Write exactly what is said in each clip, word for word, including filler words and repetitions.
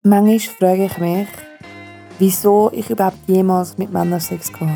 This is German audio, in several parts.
Manchmal frage ich mich, wieso ich überhaupt jemals mit Männern Sex hatte.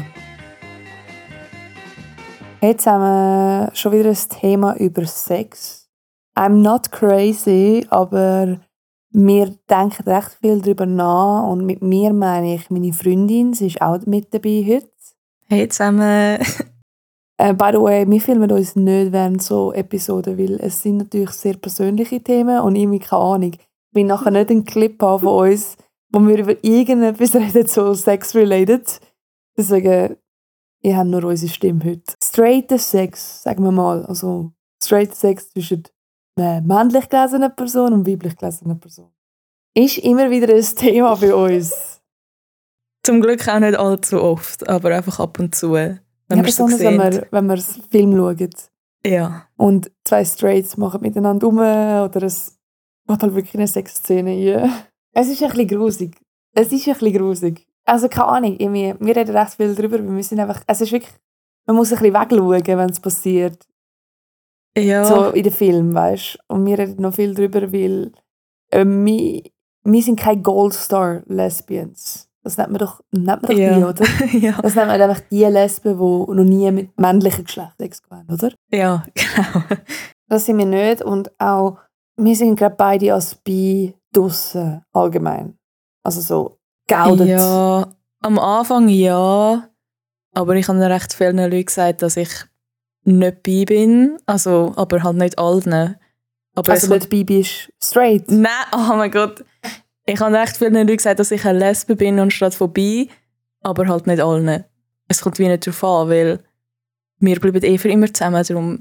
Jetzt haben wir schon wieder ein Thema über Sex. I'm not crazy, aber wir denken recht viel darüber nach. Und mit mir meine ich meine Freundin, sie ist auch mit dabei heute. Hey zusammen. Äh, by the way, wir filmen uns nicht während so Episoden, weil es sind natürlich sehr persönliche Themen und ich habe keine Ahnung. Ich will nachher nicht einen Clip haben von uns, wo wir über irgendetwas reden, so sex-related. Deswegen, ihr habt nur unsere Stimme heute. Straighter Sex, sagen wir mal. Also straighter Sex zwischen einer männlich gelesenen Person und weiblich gelesenen Person. Ist immer wieder ein Thema bei uns. Zum Glück auch nicht allzu oft, aber einfach ab und zu. Wenn ja, wir so besonders wenn wir, wenn wir einen Film schauen. Ja. Und zwei Straights machen miteinander rum oder es geht halt wirklich eine Sexszene ein. Es ist ein bisschen grusig. Es ist ein bisschen grusig. Also keine Ahnung, wir, wir reden recht viel darüber, wir müssen einfach, es ist wirklich, man muss ein bisschen wegschauen, wenn es passiert. Ja. So in den Film, weißt du. Und wir reden noch viel darüber, weil äh, wir, wir sind keine Goldstar-Lesbians. Das nennt man doch, nennt man doch ja. die, oder? ja. Das nennt man einfach die Lesben, die noch nie mit männlichem Geschlecht Sex haben, oder? Ja, genau. Das sind wir nicht. Und auch, wir sind gerade beide als bi draussen allgemein. Also so geoutet. Ja, am Anfang ja. Aber ich habe recht vielen Leuten gesagt, dass ich nicht bi bin. Also, aber halt nicht allen. Aber also nicht bi bist straight? Nein, oh mein Gott. Ich habe recht vielen Leuten gesagt, dass ich eine Lesbe bin anstatt von bi. Aber halt nicht allen. Es kommt wie nicht darauf an, weil wir bleiben eh für immer zusammen. Darum.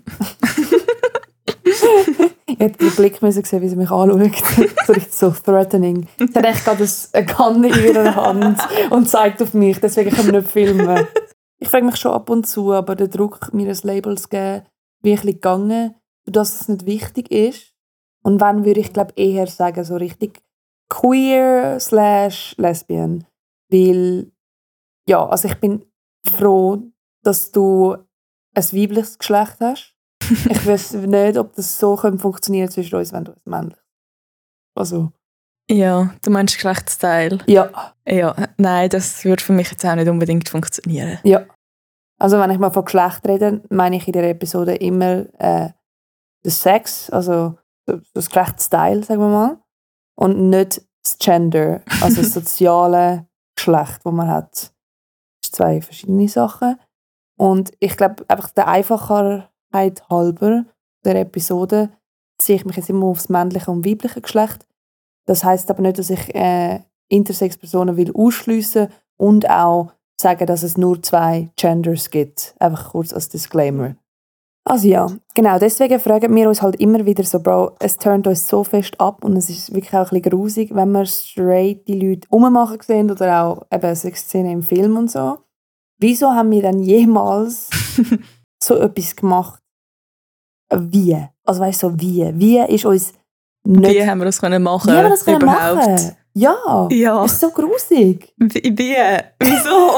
Ich hätte den Blick müssen sehen, wie sie mich anschaut. So richtig so threatening. Sie hat echt gerade eine Kanne in ihrer Hand und zeigt auf mich. Deswegen können wir nicht filmen. Ich frage mich schon ab und zu, aber der Druck, mir ein Label zu geben, wie ein bisschen gegangen, dass es nicht wichtig ist. Und wenn, würde ich glaube eher sagen, so richtig queer slash lesbian. Weil, ja, also ich bin froh, dass du ein weibliches Geschlecht hast. Ich weiß nicht, ob das so funktionieren zwischen uns, wenn du es männlich. Also. Ja, du meinst Geschlechtsteil? Ja. Ja, nein, das würde für mich jetzt auch nicht unbedingt funktionieren. Ja. Also wenn ich mal von Geschlecht rede, meine ich in der Episode immer äh, den Sex, also das Geschlechtsteil, sagen wir mal, und nicht das Gender, also das soziale Geschlecht, das man hat. Das sind zwei verschiedene Sachen. Und ich glaube, einfach der Einfachheit halber der Episode ziehe ich mich jetzt immer aufs männliche und weibliche Geschlecht. Das heisst aber nicht, dass ich äh, Intersex-Personen will ausschliessen und auch sagen, dass es nur zwei Genders gibt. Einfach kurz als Disclaimer. Also ja, genau, deswegen fragen wir uns halt immer wieder so, Bro, es turnt uns so fest ab und es ist wirklich auch ein bisschen grusig, wenn wir straight die Leute rummachen sehen oder auch eben Sexszenen im Film und so. Wieso haben wir dann jemals so etwas gemacht? Wie? Also weißt du, so wie? Wie ist uns nicht... Wie haben wir das können machen? Wie haben wir das können überhaupt? machen? Ja, ja. Das ist so grusig. Wie? Wie? Wieso?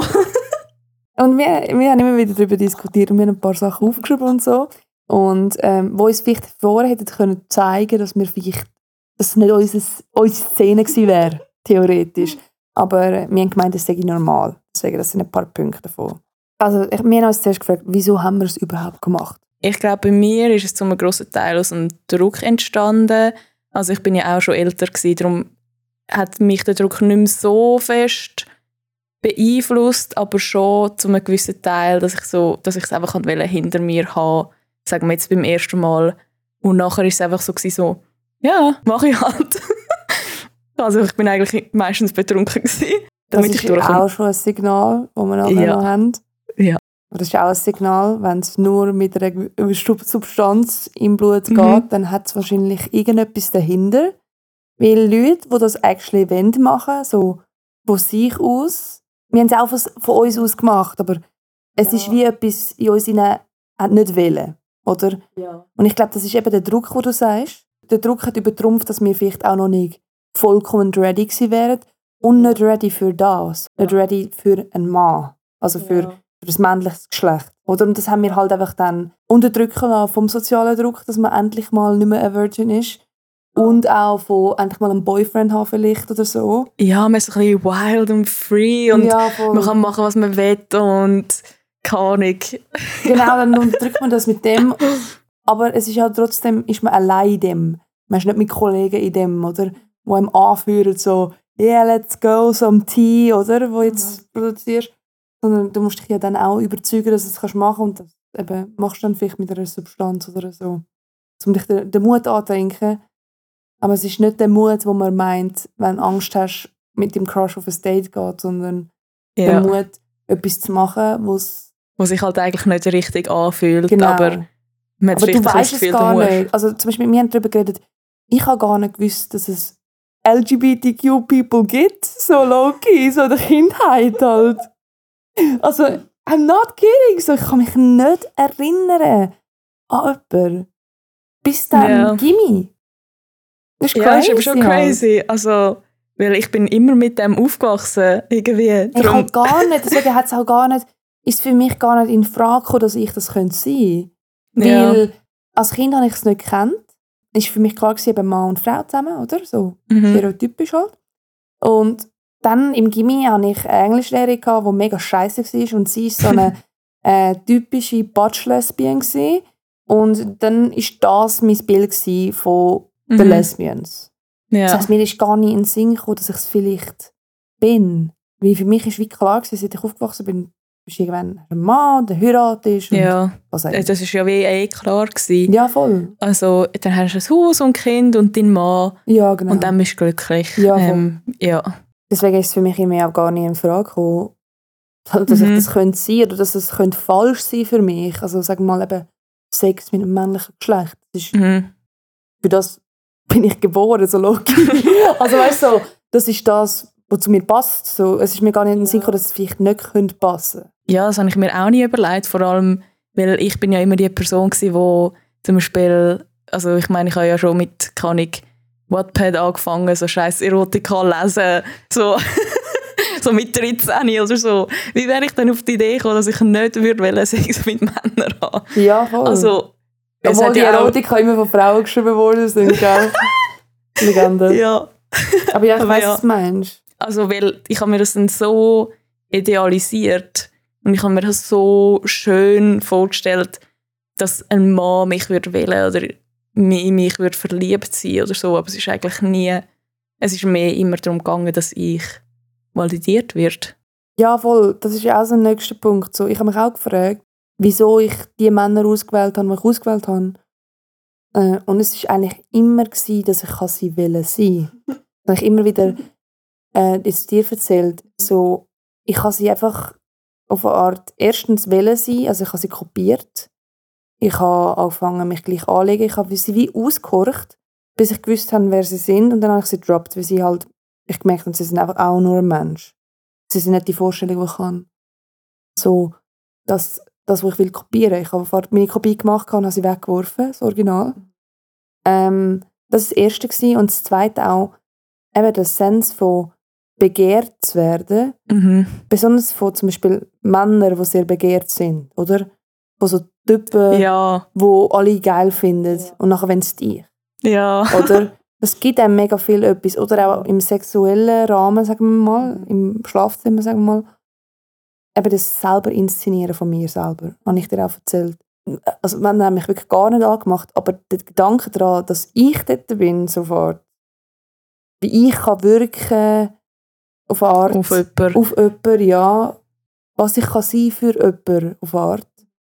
Und wir, wir haben immer wieder darüber diskutiert und wir haben ein paar Sachen aufgeschrieben und so. Und ähm, wo uns vielleicht vorher hätten können zeigen, dass wir vielleicht, dass es nicht unsere, unsere Szene gewesen wäre, theoretisch. Aber äh, wir haben gemeint, das sei normal. Deswegen, das sind ein paar Punkte davon. Also ich, wir haben uns zuerst gefragt, wieso haben wir es überhaupt gemacht? Ich glaube, bei mir ist es zu einem grossen Teil aus einem Druck entstanden. Also ich bin ja auch schon älter gewesen, darum hat mich der Druck nicht mehr so fest beeinflusst, aber schon zu einem gewissen Teil, dass ich so, dass ich es einfach hinter mir haben, sagen wir jetzt beim ersten Mal. Und nachher ist es einfach so gewesen, so, ja, mache ich halt. Also ich bin eigentlich meistens betrunken gewesen, damit das ist ich durchkomme. Auch schon ein Signal, das wir nachher ja. noch haben. Ja. Aber das ist auch ein Signal, wenn es nur mit einer Substanz im Blut geht, Mhm. dann hat es wahrscheinlich irgendetwas dahinter. Weil Leute, die das actually machen wollen, so von sich aus, wir haben es auch von, von uns aus gemacht, aber es ja. ist wie etwas in uns hinein, hat nicht wollen, oder? Ja. Und ich glaube, das ist eben der Druck, den du sagst. Der Druck hat übertrumpft, dass wir vielleicht auch noch nicht vollkommen ready gewesen wären und nicht ready für das, nicht ready für einen Mann, also für, ja. für das männliche Geschlecht. Oder? Und das haben wir halt einfach dann unterdrücken lassen vom sozialen Druck, dass man endlich mal nicht mehr eine Virgin ist. Und auch von endlich mal einen Boyfriend haben vielleicht oder so. Ja, man ist so ein bisschen wild und free und Ja, man kann machen, was man will und keine Ahnung. Genau, dann unterdrückt man das mit dem. Aber es ist ja trotzdem, ist man allein in dem. Man ist nicht mit Kollegen in dem, oder? Die einem anführen, so, yeah, let's go, some tea, oder? Wo jetzt mhm. produzierst. Sondern du musst dich ja dann auch überzeugen, dass du es machen kannst. Und das eben, machst du dann vielleicht mit einer Substanz oder so. Um dich den, den Mut anzudenken. Aber es ist nicht der Mut, den man meint, wenn du Angst hast, mit dem Crush auf ein Date geht, sondern ja. der Mut, etwas zu machen, wo's wo sich halt eigentlich nicht richtig anfühlt, genau. aber man aber du weißt es gar nicht. Also zum Beispiel, wir haben darüber geredet, ich habe gar nicht gewusst, dass es L G B T Q-People gibt, so low-key, so in der Kindheit halt. Also, I'm not kidding, so, ich kann mich nicht erinnern an jemanden. Bis dann ja. Gimmi. Das ist ja, crazy. ist aber schon crazy. Also, weil ich bin immer mit dem aufgewachsen, irgendwie. Ich halt gar nicht, deswegen hat es auch gar nicht, ist für mich gar nicht in Frage gekommen, dass ich das sein könnte. Weil ja. als Kind habe ich es nicht gekannt. Es war für mich klar, dass eben Mann und Frau zusammen, oder? So mhm. stereotypisch halt. Und dann im Gymi hatte ich eine Englischlehrerin, die mega scheisse war. Und sie war so eine äh, typische Butch-Lesbian. Und dann war das mein Bild von mhm. den Lesbians. Ja. Das heisst, mir ist gar nicht in den Sinn gekommen, dass ich es vielleicht bin. Weil für mich war wie klar, seit ich aufgewachsen bin, bist du irgendwann ein Mann, der heiratest. Ja, was das war ja wie eh klar gewesen. Ja, voll. Also, dann hast du ein Haus und ein Kind und deinen Mann. Ja, genau. Und dann bist du glücklich. Ja, voll. Ähm, ja. Deswegen ist es für mich immer auch gar nicht in Frage gekommen, dass mhm. ich das könnte sein oder dass es könnte falsch sein für mich. Also, sagen wir mal eben Sex mit einem männlichen Geschlecht. Das ist, mhm. Für das bin ich geboren, so logisch. Also, weißt du, so, das ist das, was zu mir passt. So, es ist mir gar nicht in den Sinn gekommen, dass es vielleicht nicht passen könnte. Ja, das habe ich mir auch nie überlegt, vor allem, weil ich bin ja immer die Person gewesen, die zum Beispiel, also ich meine, ich habe ja schon mit, kann ich, Wattpad angefangen, so scheiß Erotika lesen, so, so mit dreizehn oder so. Wie wäre ich dann auf die Idee gekommen, dass ich nicht würde Sex mit Männern haben? Ja, voll. Also, obwohl die ja Erotika immer von Frauen geschrieben worden sind, gell? Legende. Ja. Aber ja, ich weiss, ja. was du meinst. Also, weil ich habe mir das dann so idealisiert und ich habe mir das so schön vorgestellt, dass ein Mann mich würde wählen oder in mich würde verliebt sein oder so, aber es ist eigentlich nie, es ist mehr immer darum gegangen, dass ich validiert werde. Ja, voll, das ist ja auch so ein nächster Punkt. So, ich habe mich auch gefragt, wieso ich die Männer ausgewählt habe, die ich ausgewählt habe. Äh, und es war eigentlich immer gewesen, dass ich sie wählen sein. Das habe ich immer wieder äh, jetzt dir erzählt. So, ich habe sie einfach auf eine Art erstens wählen sein, also ich habe sie kopiert. Ich habe angefangen, mich gleich anzulegen. Ich habe sie wie ausgehorcht, bis ich gewusst habe, wer sie sind. Und dann habe ich sie gedroppt, weil sie halt, ich gemerkt habe, sie sind einfach auch nur ein Mensch. Sie sind nicht die Vorstellung, die ich habe. So, das, das, was ich will kopieren. Ich habe vorher meine Kopie gemacht und habe sie weggeworfen, das Original. Ähm, das war das Erste. Und das Zweite auch, eben der Sense von begehrt zu werden. Mhm. Besonders von zum Beispiel Männern, die sehr begehrt sind, oder? Von so Typen, ja. die alle geil finden und nachher wollen sie dich. Ja. Oder? Das gibt einem mega viel etwas. Oder auch im sexuellen Rahmen, sagen wir mal, im Schlafzimmer, sagen wir mal. Eben das selber inszenieren von mir selber, habe ich dir auch erzählt. Also, man hat mich wirklich gar nicht angemacht, aber der Gedanke daran, dass ich dort bin, sofort, wie ich kann wirken auf eine Art, auf jemanden, auf jemanden, ja, was ich kann sein für jemanden auf eine Art,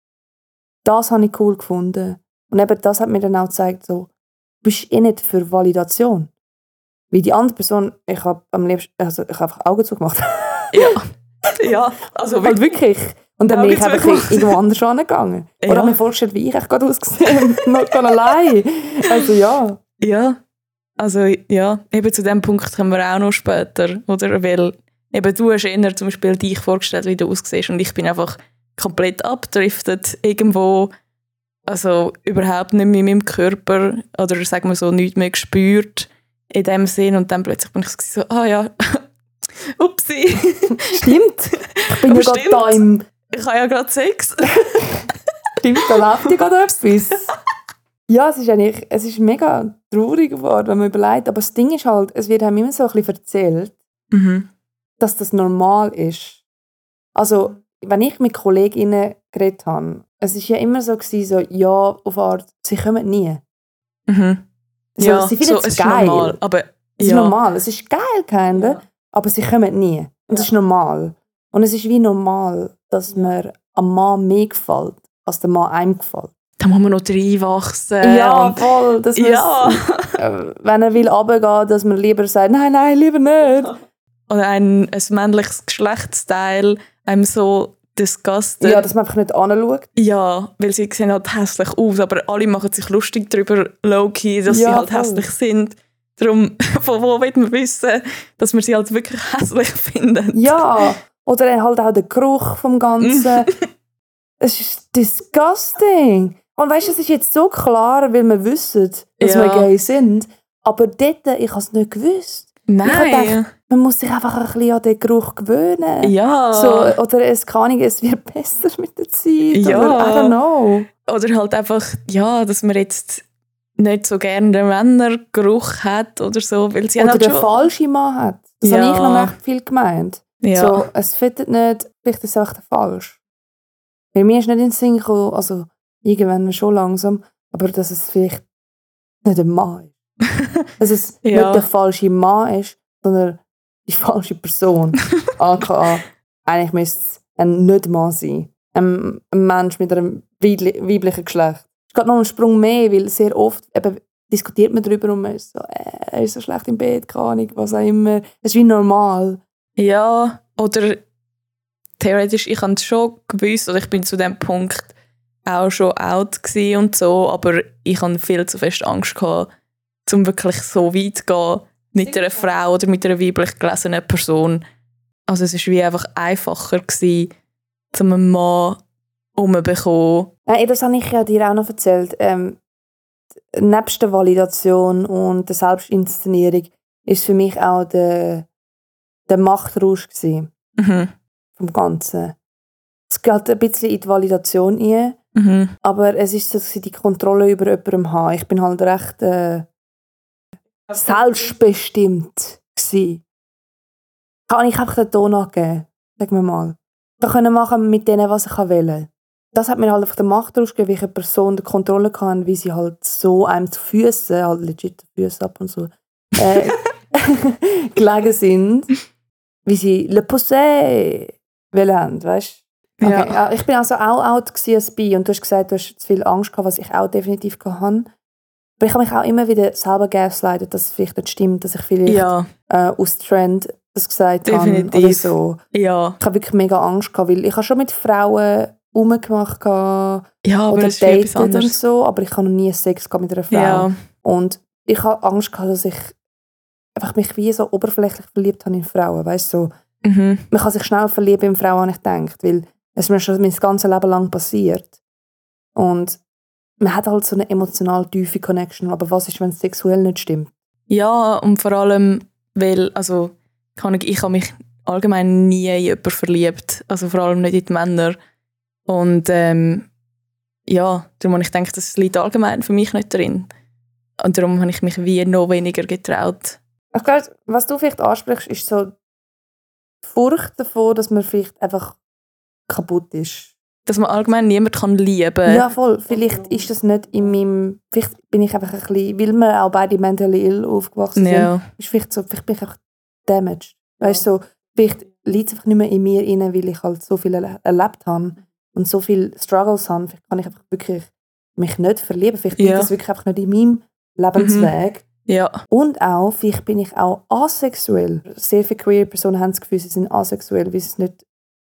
das habe ich cool gefunden. Und eben das hat mir dann auch gezeigt, so, du bist eh nicht für Validation. Wie die andere Person, ich habe am liebsten, also ich habe einfach Augen zugemacht. Ja, ja, also halt wirklich. Und dann bin ich einfach irgendwo anders angegangen. Ja. Oder habe mir vorgestellt, wie ich echt gerade ausgesehen habe. Not gonna lie. Also ja. Ja, also ja, eben zu dem Punkt kommen wir auch noch später, oder? Weil eben du hast eher zum Beispiel dich vorgestellt, wie du aussiehst und ich bin einfach komplett abgedriftet irgendwo, also überhaupt nicht mehr in meinem Körper oder sagen wir so, nichts mehr gespürt in dem Sinn und dann plötzlich bin ich so, ah ja, upsi. Stimmt, ich bin ja gerade da im... Ich habe ja gerade Sex. Stimmt, da läuft ja gerade etwas. Ja, es ist eigentlich, es ist mega traurig geworden, wenn man überlegt. Aber das Ding ist halt, es wird einem immer so ein bisschen erzählt, Mhm. dass das normal ist. Also, wenn ich mit KollegInnen geredet habe, es war ja immer so, gewesen, so ja, auf Art, sie kommen nie. Mhm. Also, Ja, sie finden so, es es geil. ist normal, aber Es ist ja. normal, es ist geil, kinda, Ja. aber sie kommen nie. Und es ist normal. Und es ist wie normal, dass man am Mann mehr gefällt, als der Mann einem gefällt. Da muss man noch reinwachsen. Ja, und, voll. Dass ja. äh, wenn er will runtergehen, dass man lieber sagt, nein, nein, lieber nicht. Oder ein, ein männliches Geschlechtsteil einem so disgusted. Ja, dass man einfach nicht anschaut. Ja, weil sie sehen halt hässlich aus, aber alle machen sich lustig darüber, low-key, dass Ja, sie halt voll. hässlich sind. Darum, von wo will man wissen, dass man sie halt wirklich hässlich finden? Ja, oder halt auch der Geruch vom Ganzen. Es ist disgusting. Und weißt du, es ist jetzt so klar, weil wir wissen, dass Ja. wir gay sind. Aber dort, ich habe es nicht gewusst. Ich habe Nein. gedacht, man muss sich einfach ein bisschen an den Geruch gewöhnen. Ja. So, oder es, keine Ahnung, es wird besser mit der Zeit. Ja. Oder I don't know. Oder halt einfach, ja, dass man jetzt nicht so gerne den Männergeruch hat oder so, weil sie haben Oder halt den schon... falschen Mann hat. Das Ja. habe ich noch recht viel gemeint. Ja. So, es fittet nicht, vielleicht ist es einfach der falsch. Bei mir ist nicht in den Sinn gekommen, also irgendwann schon langsam, aber dass es vielleicht nicht ein Mann ist. Dass es Ja. nicht der falsche Mann ist, sondern die falsche Person. A K A, eigentlich müsste es ein Nicht-Mann sein. Ein, ein Mensch mit einem weibli- weiblichen Geschlecht. Es geht noch einen Sprung mehr, weil sehr oft eben diskutiert man darüber und man ist so, äh, er ist so schlecht im Bett, keine Ahnung, was auch immer. Es ist wie normal. Ja, oder theoretisch, ich habe es schon gewusst, oder ich bin zu dem Punkt auch schon out gsi und so, aber ich hatte viel zu fest Angst gehabt, um wirklich so weit zu gehen mit einer Frau oder mit einer weiblich gelesenen Person. Also es war wie einfach einfacher gewesen, um einen Mann umzubekommen. Nein, das habe ich ja dir auch noch erzählt. Ähm, nebst der Validation und der Selbstinszenierung ist für mich auch der, der Machtrausch gewesen, Mhm. vom Ganzen. Es geht ein bisschen in die Validation rein, Mhm. aber es ist so, dass ich die Kontrolle über jemanden habe. Ich bin halt recht äh, selbstbestimmt gewesen. Kann ich einfach den Ton angeben, sagen wir mal. Ich können machen mit denen, was ich will. Das hat mir halt einfach den Machtrausch gegeben, wie ich eine Person die Kontrolle kann, wie sie halt so einem zu Füßen, halt legit die Füße ab und so, äh, gelegen sind, wie sie le Posé wollen, weißt du? Okay. Ja. Ja, ich bin also auch out als bi und du hast gesagt, du hast zu viel Angst gehabt, was ich auch definitiv hatte. Aber ich habe mich auch immer wieder selber gaslightet, dass es vielleicht nicht stimmt, dass ich vielleicht Ja, äh, aus Trend das gesagt habe Definitiv. oder so. ja. Ich habe wirklich mega Angst gehabt, weil ich habe schon mit Frauen rumgemacht gehabt Ja, aber oder es ist wie etwas datet und anderes. so, aber ich habe noch nie Sex gehabt mit einer Frau. Ja. Und ich habe Angst gehabt, dass ich einfach mich wie so oberflächlich verliebt habe in Frauen, weißt so. Mhm. Man kann sich schnell verlieben in Frauen, habe ich gedacht, weil es ist mir schon mein ganzes Leben lang passiert. Und man hat halt so eine emotional tiefe Connection, aber was ist, wenn es sexuell nicht stimmt? Ja, und vor allem, weil, also, kann ich, ich habe mich allgemein nie in jemanden verliebt. Also vor allem nicht in die Männer. Und ähm, ja, darum habe ich gedacht, das liegt allgemein für mich nicht drin. Und darum habe ich mich wie noch weniger getraut. Ich glaube, was du vielleicht ansprichst, ist so die Furcht davor, dass man vielleicht einfach kaputt ist. Dass man allgemein niemanden kann lieben. Ja, voll. Vielleicht ist das nicht in meinem... Vielleicht bin ich einfach ein bisschen... Weil wir auch beide mentally ill aufgewachsen sind. Ja. Ist vielleicht, so, vielleicht bin ich einfach damaged. Weißt du, so, vielleicht liegt es einfach nicht mehr in mir rein, weil ich halt so viel erle- erlebt habe und so viele Struggles habe. Vielleicht kann ich einfach wirklich mich nicht verlieben. Vielleicht liegt Ja. das wirklich einfach nicht in meinem Lebensweg. Ja. Und auch, vielleicht bin ich auch asexuell. Sehr viele queer Personen haben das Gefühl, sie sind asexuell, weil sie es nicht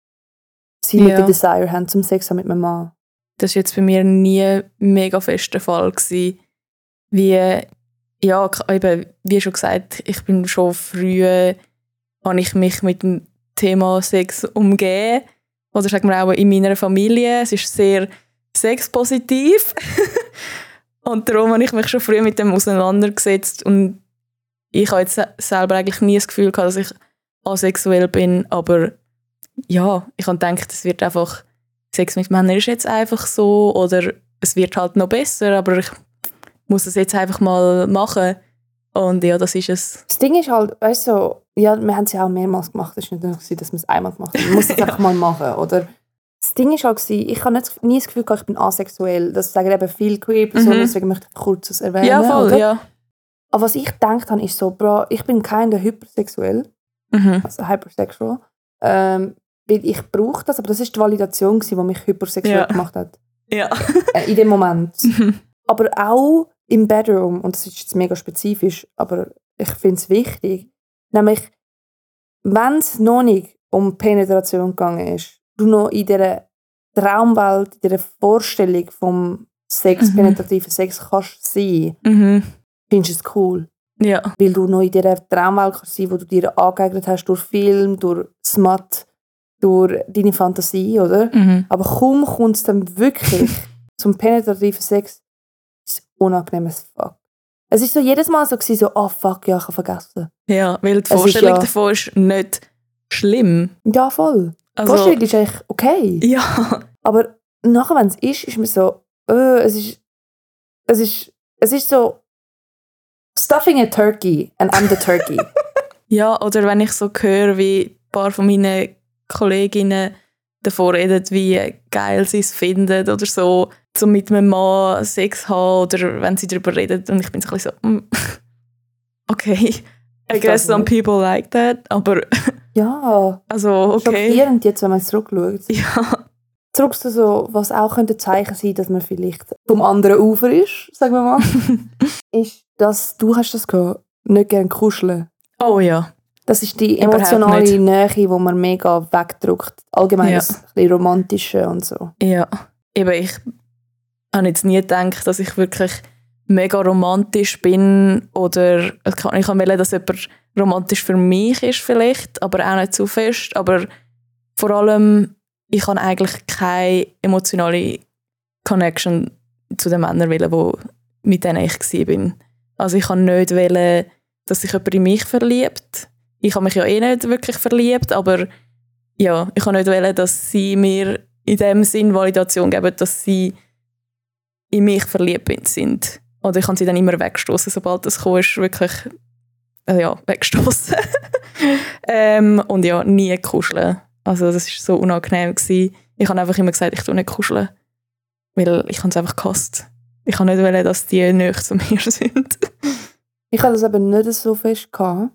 sie nicht Ja. den Desire haben zum Sex haben mit meinem Mann. Das war jetzt bei mir nie ein mega fester Fall gewesen. Wie, ja, k- eben, wie schon gesagt, ich bin schon früh, habe ich mich mit dem Thema Sex umgeben. Oder sagen wir auch in meiner Familie. Es ist sehr sexpositiv. Und darum habe ich mich schon früh mit dem auseinandergesetzt. Und ich habe jetzt se- selber eigentlich nie das Gefühl gehabt, dass ich asexuell bin. Aber ja, ich habe gedacht, es wird einfach, Sex mit Männern ist jetzt einfach so. Oder es wird halt noch besser. Aber ich muss es jetzt einfach mal machen. Und ja, das ist es. Das Ding ist halt, weißt du, so, ja, wir haben es ja auch mehrmals gemacht. Es war nicht nur, dass wir es einmal gemacht haben. Man muss es einfach mal machen, oder? Das Ding ist halt, ich habe nicht, nie das Gefühl gehabt, ich bin asexuell. Das sagen eben viele queer Personen, mhm. deswegen möchte ich kurz das erwähnen. Ja, voll, oder? ja. Aber was ich gedacht habe, ist so, Bro, ich bin keiner hypersexuell, mhm. also hypersexual, ähm, weil ich brauche das, aber das ist die Validation, die mich hypersexuell ja. gemacht hat. Ja. Äh, in dem Moment. Aber auch im Bedroom, und das ist jetzt mega spezifisch, aber ich finde es wichtig, nämlich, wenn es noch nicht um Penetration gegangen ist, du noch in dieser Traumwelt, in dieser Vorstellung vom Sex, mhm. penetrativen Sex kannst sein, mhm. findest du es cool. Ja. Weil du noch in dieser Traumwelt kannst sein, wo du dir angeeignet hast durch Film, durch Smut, durch deine Fantasie, oder? Mhm. Aber kaum kommt es dann wirklich zum penetrativen Sex, ist es unangenehm as fuck. Es war so jedes Mal so, gewesen, so, oh fuck, ja, ich habe vergessen. Ja, weil die Es Vorstellung ist ja, davon ist nicht schlimm. Ja, voll. Also, die Vorstellung ist eigentlich okay. Ja. Aber nachher, wenn es ist, ist mir so, äh, es ist, es ist, es ist so, stuffing a turkey and I'm the turkey. Ja, oder wenn ich so höre, wie ein paar von meinen Kolleginnen davon reden, wie geil sie es finden oder so, so mit einem Mann Sex haben oder wenn sie darüber reden und ich bin so ein bisschen so, mm, okay, I guess some people like that, aber ja, also okay. Schockierend jetzt, wenn man es zurückschaut. Ja. Zurück zu so, was auch könnte Zeichen sein, dass man vielleicht vom anderen Ufer ist, sagen wir mal, ist, dass du hast das gehabt, nicht gerne kuscheln. Oh ja. Das ist die emotionale Nähe, die man mega wegdrückt. Allgemein ja. das ein Romantische und so. Ja, eben ich habe jetzt nie gedacht, dass ich wirklich mega romantisch bin oder ich kann ich wollte, dass jemand romantisch für mich ist vielleicht, aber auch nicht zu fest. Aber vor allem, ich habe eigentlich keine emotionale Connection zu den Männern, die mit denen ich war. Also ich kann nicht wollen, dass sich jemand in mich verliebt. Ich habe mich ja eh nicht wirklich verliebt, aber ja, ich kann nicht wollen, dass sie mir in dem Sinn Validation geben, dass sie in mich verliebt sind. Oder ich kann sie dann immer wegstoßen, sobald das kommt, ist wirklich äh, ja, wegstoßen. ähm, und ja, nie kuscheln. Also das war so unangenehm gewesen. Ich habe einfach immer gesagt, ich tue nicht kuscheln. Weil ich habe es einfach gehasst. Ich kann nicht wollen, dass die nahe zu mir sind. Ich hatte das eben nicht so fest gehabt.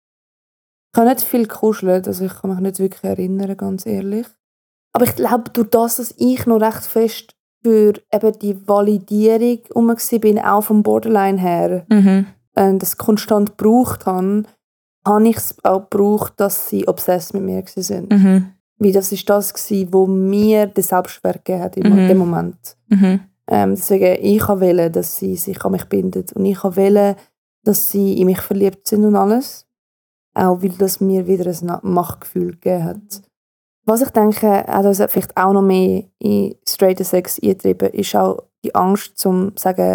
Ich habe nicht viel kuschelt, also ich kann mich nicht wirklich erinnern, ganz ehrlich. Aber ich glaube, durch das, dass ich noch recht fest für eben die Validierung herum war, auch vom Borderline her, mhm. äh, das konstant gebraucht habe, habe ich es auch gebraucht, dass sie obsessed mit mir waren. Mhm. Weil das war das, was mir den Selbstwert gegeben hat in mhm. dem Moment. Mhm. Ähm, deswegen, ich wollte, dass sie sich an mich bindet. Und ich wollte, dass sie in mich verliebt sind und alles. Auch weil das mir wieder ein Machtgefühl gegeben hat. Was ich denke, hat uns vielleicht auch noch mehr in straighten Sex eingetrieben, ist auch die Angst, zum zu sagen,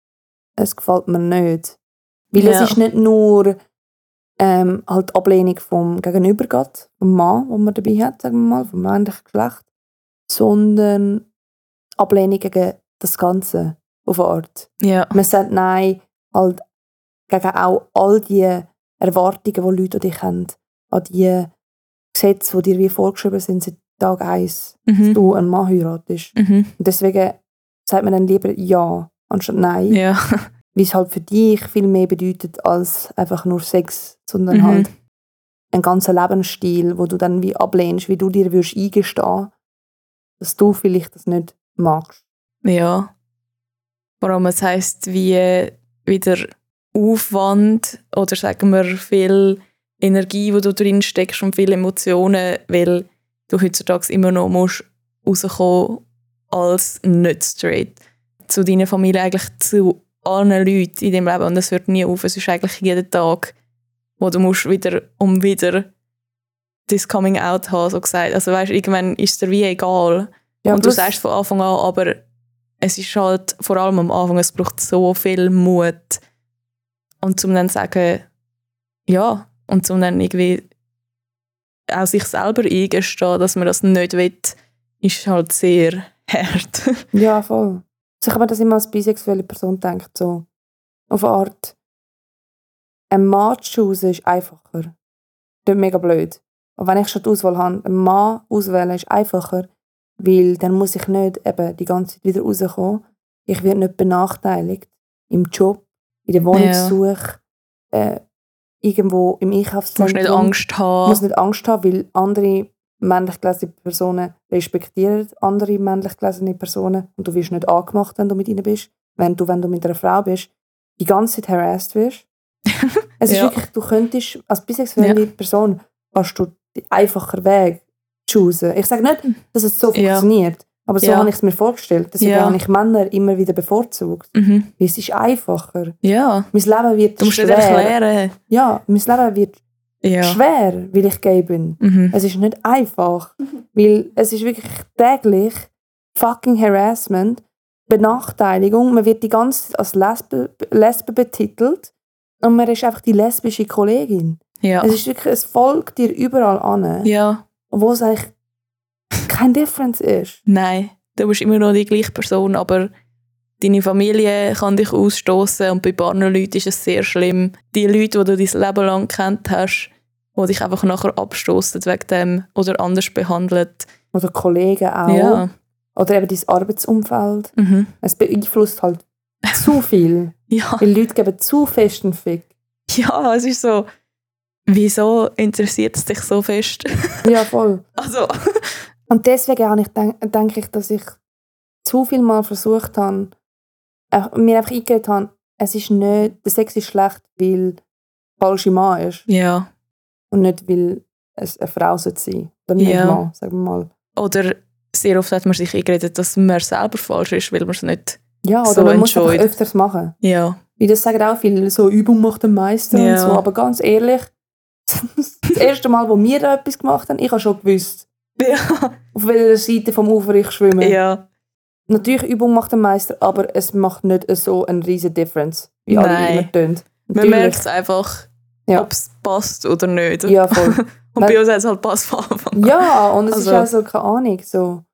es gefällt mir nicht. Weil ja. es ist nicht nur ähm, halt die Ablehnung vom Gegenüber geht, vom Mann, den man dabei hat, sagen wir mal, vom männlichen Geschlecht, sondern Ablehnung gegen das Ganze auf eine Art. Ja. Man sagt nein, halt gegen auch all die Erwartungen, die Leute an dich haben, an die Gesetze, die dir wie vorgeschrieben sind seit Tag eins, mhm. dass du einen Mann heiratest. Mhm. Und deswegen sagt man dann lieber ja, anstatt nein. Ja. Weil es halt für dich viel mehr bedeutet als einfach nur Sex, sondern mhm. halt ein ganzer Lebensstil, wo du dann wie ablehnst, wie du dir würdest eingestehen, dass du vielleicht das nicht magst. Ja. Vor allem, es heisst, wie wieder Aufwand oder sagen wir viel Energie, die du drin steckst und viele Emotionen, weil du heutzutage immer noch musst rauskommen als nicht straight. Zu deiner Familie, eigentlich zu allen Leuten in deinem Leben und das hört nie auf. Es ist eigentlich jeden Tag, wo du musst wieder um wieder das Coming Out haben, so gesagt. Also weißt, irgendwann ist es dir wie egal. Ja, und du sagst von Anfang an, aber es ist halt vor allem am Anfang, es braucht so viel Mut. Und zum dann sagen, ja, und zum dann irgendwie auch sich selber eingestehen, dass man das nicht will, ist halt sehr hart. Ja, voll. Also ich habe mir das immer als bisexuelle Person gedacht, so, auf eine Art, einen Mann zu choosen ist einfacher. Das ist mega blöd. Aber wenn ich schon die Auswahl habe, einen Mann auswählen ist einfacher, weil dann muss ich nicht eben die ganze Zeit wieder rauskommen. Ich werde nicht benachteiligt im Job, in der Wohnungssuche, ja. äh, irgendwo im Einkaufszentrum. Du musst nicht Angst haben. Du musst nicht Angst haben, weil andere männlich gelesene Personen respektieren andere männlich gelesene Personen und du wirst nicht angemacht, wenn du mit ihnen bist. Wenn du, wenn du mit einer Frau bist, die ganze Zeit harassed wirst. Es ist ja. wirklich, du könntest als bisexuelle ja. Person kannst du den einfachen Weg choosen. Ich sage nicht, dass es so ja. funktioniert, aber so ja. habe ich es mir vorgestellt. Deswegen ja. habe ich Männer immer wieder bevorzugt. Mhm. Es ist einfacher. Ja. Mein Leben wird du musst schwer. nicht erklären. Ja, mein Leben wird ja. schwer, weil ich gay bin. Mhm. Es ist nicht einfach, mhm. weil es ist wirklich täglich fucking Harassment, Benachteiligung. Man wird die ganze Zeit als Lesbe, Lesbe betitelt und man ist einfach die lesbische Kollegin. Ja. Es ist wirklich, es folgt dir überall an. Ja. Obwohl es eigentlich kein Difference ist. Nein, du bist immer noch die gleiche Person, aber deine Familie kann dich ausstoßen und bei ein paar Leuten ist es sehr schlimm. Die Leute, die du dein Leben lang gekannt hast, die dich einfach nachher abstoßen wegen dem oder anders behandeln. Oder Kollegen auch. Ja. Oder eben dein Arbeitsumfeld. Mhm. Es beeinflusst halt zu viel. Ja. Weil Leute geben zu fest einen Fick. Ja, es ist so, wieso interessiert es dich so fest? Ja, voll. Also. Und deswegen habe ich, denke denk ich, dass ich zu viel Mal versucht habe, äh, mir einfach eingeredet habe, es ist nicht, der Sex ist schlecht, weil der falsche Mann ist. Ja. Und nicht, weil es eine Frau sein sollte. Oder nicht ja. Mann, sagen wir mal. Oder sehr oft hat man sich eingeredet, dass man selber falsch ist, weil man es nicht ja, oder so man enjoyed. muss es öfters machen. Ja. Wie das sagen auch viele, so Übung macht den Meister ja. und so. Aber ganz ehrlich, das erste Mal, wo wir da etwas gemacht haben, ich habe schon gewusst, ja. auf welcher Seite vom Ufer ich schwimme. Ja. Natürlich, Übung macht den Meister, aber es macht nicht so eine riesige Difference, wie alle Nein. immer tun. Man merkt es einfach, ja. ob es passt oder nicht. Ja, voll. Und bei uns hat es halt passt von Anfang an. Ja, und es also. ist auch so, keine Ahnung, so,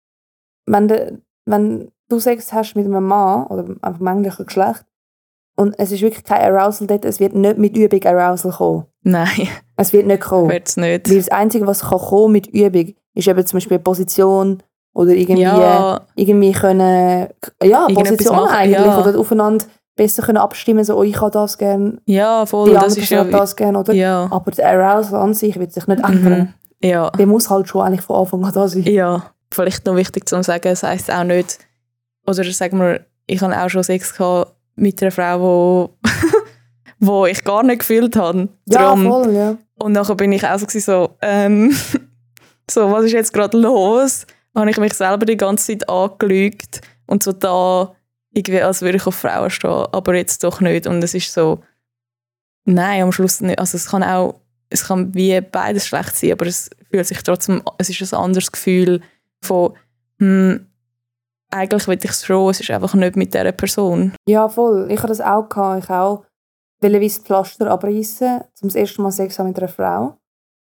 wenn, de, wenn du Sex hast mit einem Mann oder einfach männlichen Geschlecht und es ist wirklich kein Arousal dort, es wird nicht mit Übung Arousal kommen. Nein. Es wird nicht kommen. Wird's nicht. Weil das Einzige, was kann kommen mit Übung, ist eben zum Beispiel eine Position oder irgendwie, ja. irgendwie können, ja, Position machen, eigentlich, ja. oder aufeinander besser können abstimmen, so, oh, ich habe das gerne, ja, voll, die das andere ist Person ja, hat das gerne, oder? Ja. Aber der Arousal an sich wird sich nicht ändern. Mhm. Ja. Der muss halt schon eigentlich von Anfang an da sein. Ja, vielleicht noch wichtig zu sagen, es heisst auch nicht, oder sagen wir, ich habe auch schon Sex gehabt mit einer Frau, wo, wo ich gar nicht gefühlt habe. Ja, Darum, voll, ja. Und nachher bin ich auch so, ähm, so, was ist jetzt gerade los? Dann habe ich mich selber die ganze Zeit angelügt und so da, irgendwie, als würde ich auf Frauen stehen, aber jetzt doch nicht. Und es ist so, nein, am Schluss nicht. Also es kann auch, es kann wie beides schlecht sein, aber es fühlt sich trotzdem, es ist ein anderes Gefühl von, hm, eigentlich will ich es schon, es ist einfach nicht mit dieser Person. Ja, voll. Ich hatte das auch gehabt. Ich auch wollte wie das Pflaster abreißen, zum ersten Mal Sex haben mit einer Frau.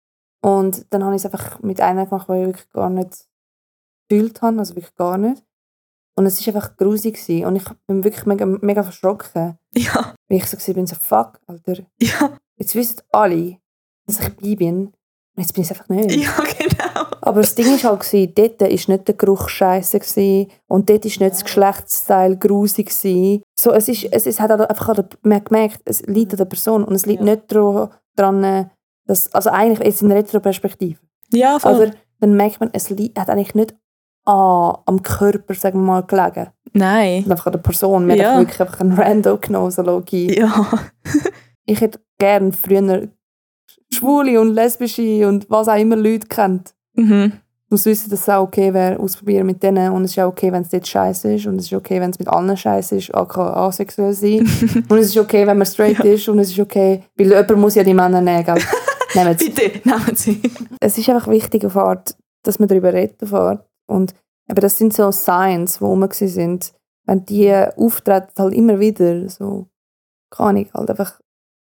Und dann habe ich es einfach mit einer gemacht, die ich wirklich gar nicht gefühlt habe, also wirklich gar nicht. Und es war einfach grusig gewesen. Und ich bin wirklich mega, mega verschrocken. Ja. Weil ich so war, bin so, fuck, Alter. Ja. Jetzt wissen alle, dass ich bi bin. Und jetzt bin ich es einfach nicht. Ja, genau. Aber das Ding war halt, dort war nicht der Geruch scheisse gewesen, und dort war nicht das Geschlechtsteil grusig gewesen. So, es, ist, es, es hat einfach, man hat gemerkt, es liegt an der Person. Und es liegt ja. nicht daran, dass, also eigentlich jetzt in Retroperspektive. Ja, voll. Aber dann merkt man, es liegt, hat eigentlich nicht an, am Körper, sagen wir mal, gelegen. Nein. Einfach an der Person. Wir ja. haben wirklich einfach einen Rando genommen, so Logie. Ja. Ich hätte gerne früher schwule und lesbische und was auch immer Leute kennt. Mhm. Du musst wissen, dass es auch okay wäre, ausprobieren mit denen. Und es ist auch okay, wenn es dort scheiße ist. Und es ist okay, wenn es mit allen scheiße ist, aka asexuell sein. Und es ist okay, wenn man straight ist. Und es ist okay, weil jemand muss ja die Männer nehmen, gell? Nehmen Sie. Bitte, nehmen Sie. Es ist einfach wichtig, auf Art, dass man darüber redet. Auf Art. Und aber das sind so Signs, die rum sind. Wenn die auftreten, halt immer wieder so, keine Ahnung, halt einfach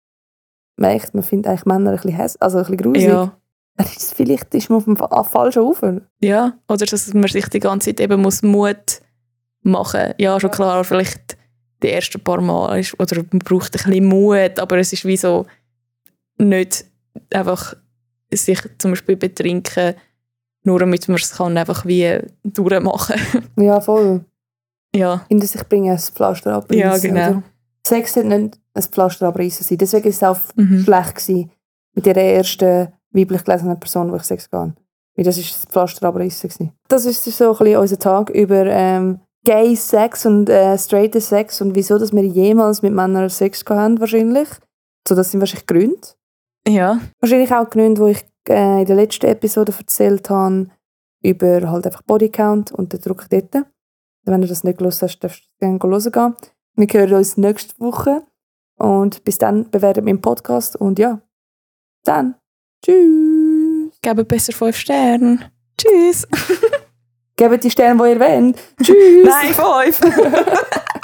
merkt, man findet eigentlich Männer ein bisschen hässlich, also ein bisschen gruselig. Ja. Dann ist es vielleicht ist man auf dem falschen Ufer. Ja, oder dass man sich die ganze Zeit eben muss Mut machen muss. Ja, schon klar, vielleicht die ersten paar Mal ist, oder man braucht ein bisschen Mut, aber es ist wie so nicht einfach sich zum Beispiel betrinken, nur damit man es kann einfach wie durchmachen. Ja, voll. Ja. Hinter sich bringen, ein Pflaster abreißen. Ja, genau. Oder? Sex hat nicht ein Pflaster abreißen sein. Deswegen war es auch Mhm. schlecht gewesen, mit der ersten weiblich gelesenen Person, wo ich Sex hatte. Weil das war das Pflaster abreißen gewesen. Das ist so ein bisschen unser Tag über ähm, Gay Sex und äh, straight Sex und wieso, dass wir jemals mit Männern Sex hatten, wahrscheinlich. So, das sind wahrscheinlich Gründe. Ja. Wahrscheinlich auch Gründe, die ich äh, in der letzten Episode erzählt habe, über halt einfach Bodycount und den Druck dort. Wenn du das nicht gehört hast, darfst du gerne hören gehen. Wir hören uns nächste Woche. Und bis dann bewertet meinen Podcast. Und ja, dann. Tschüss. Gebt besser fünf Sterne. Tschüss. Gebt die Sterne, die ihr wollt. Tschüss. Nein, fünf.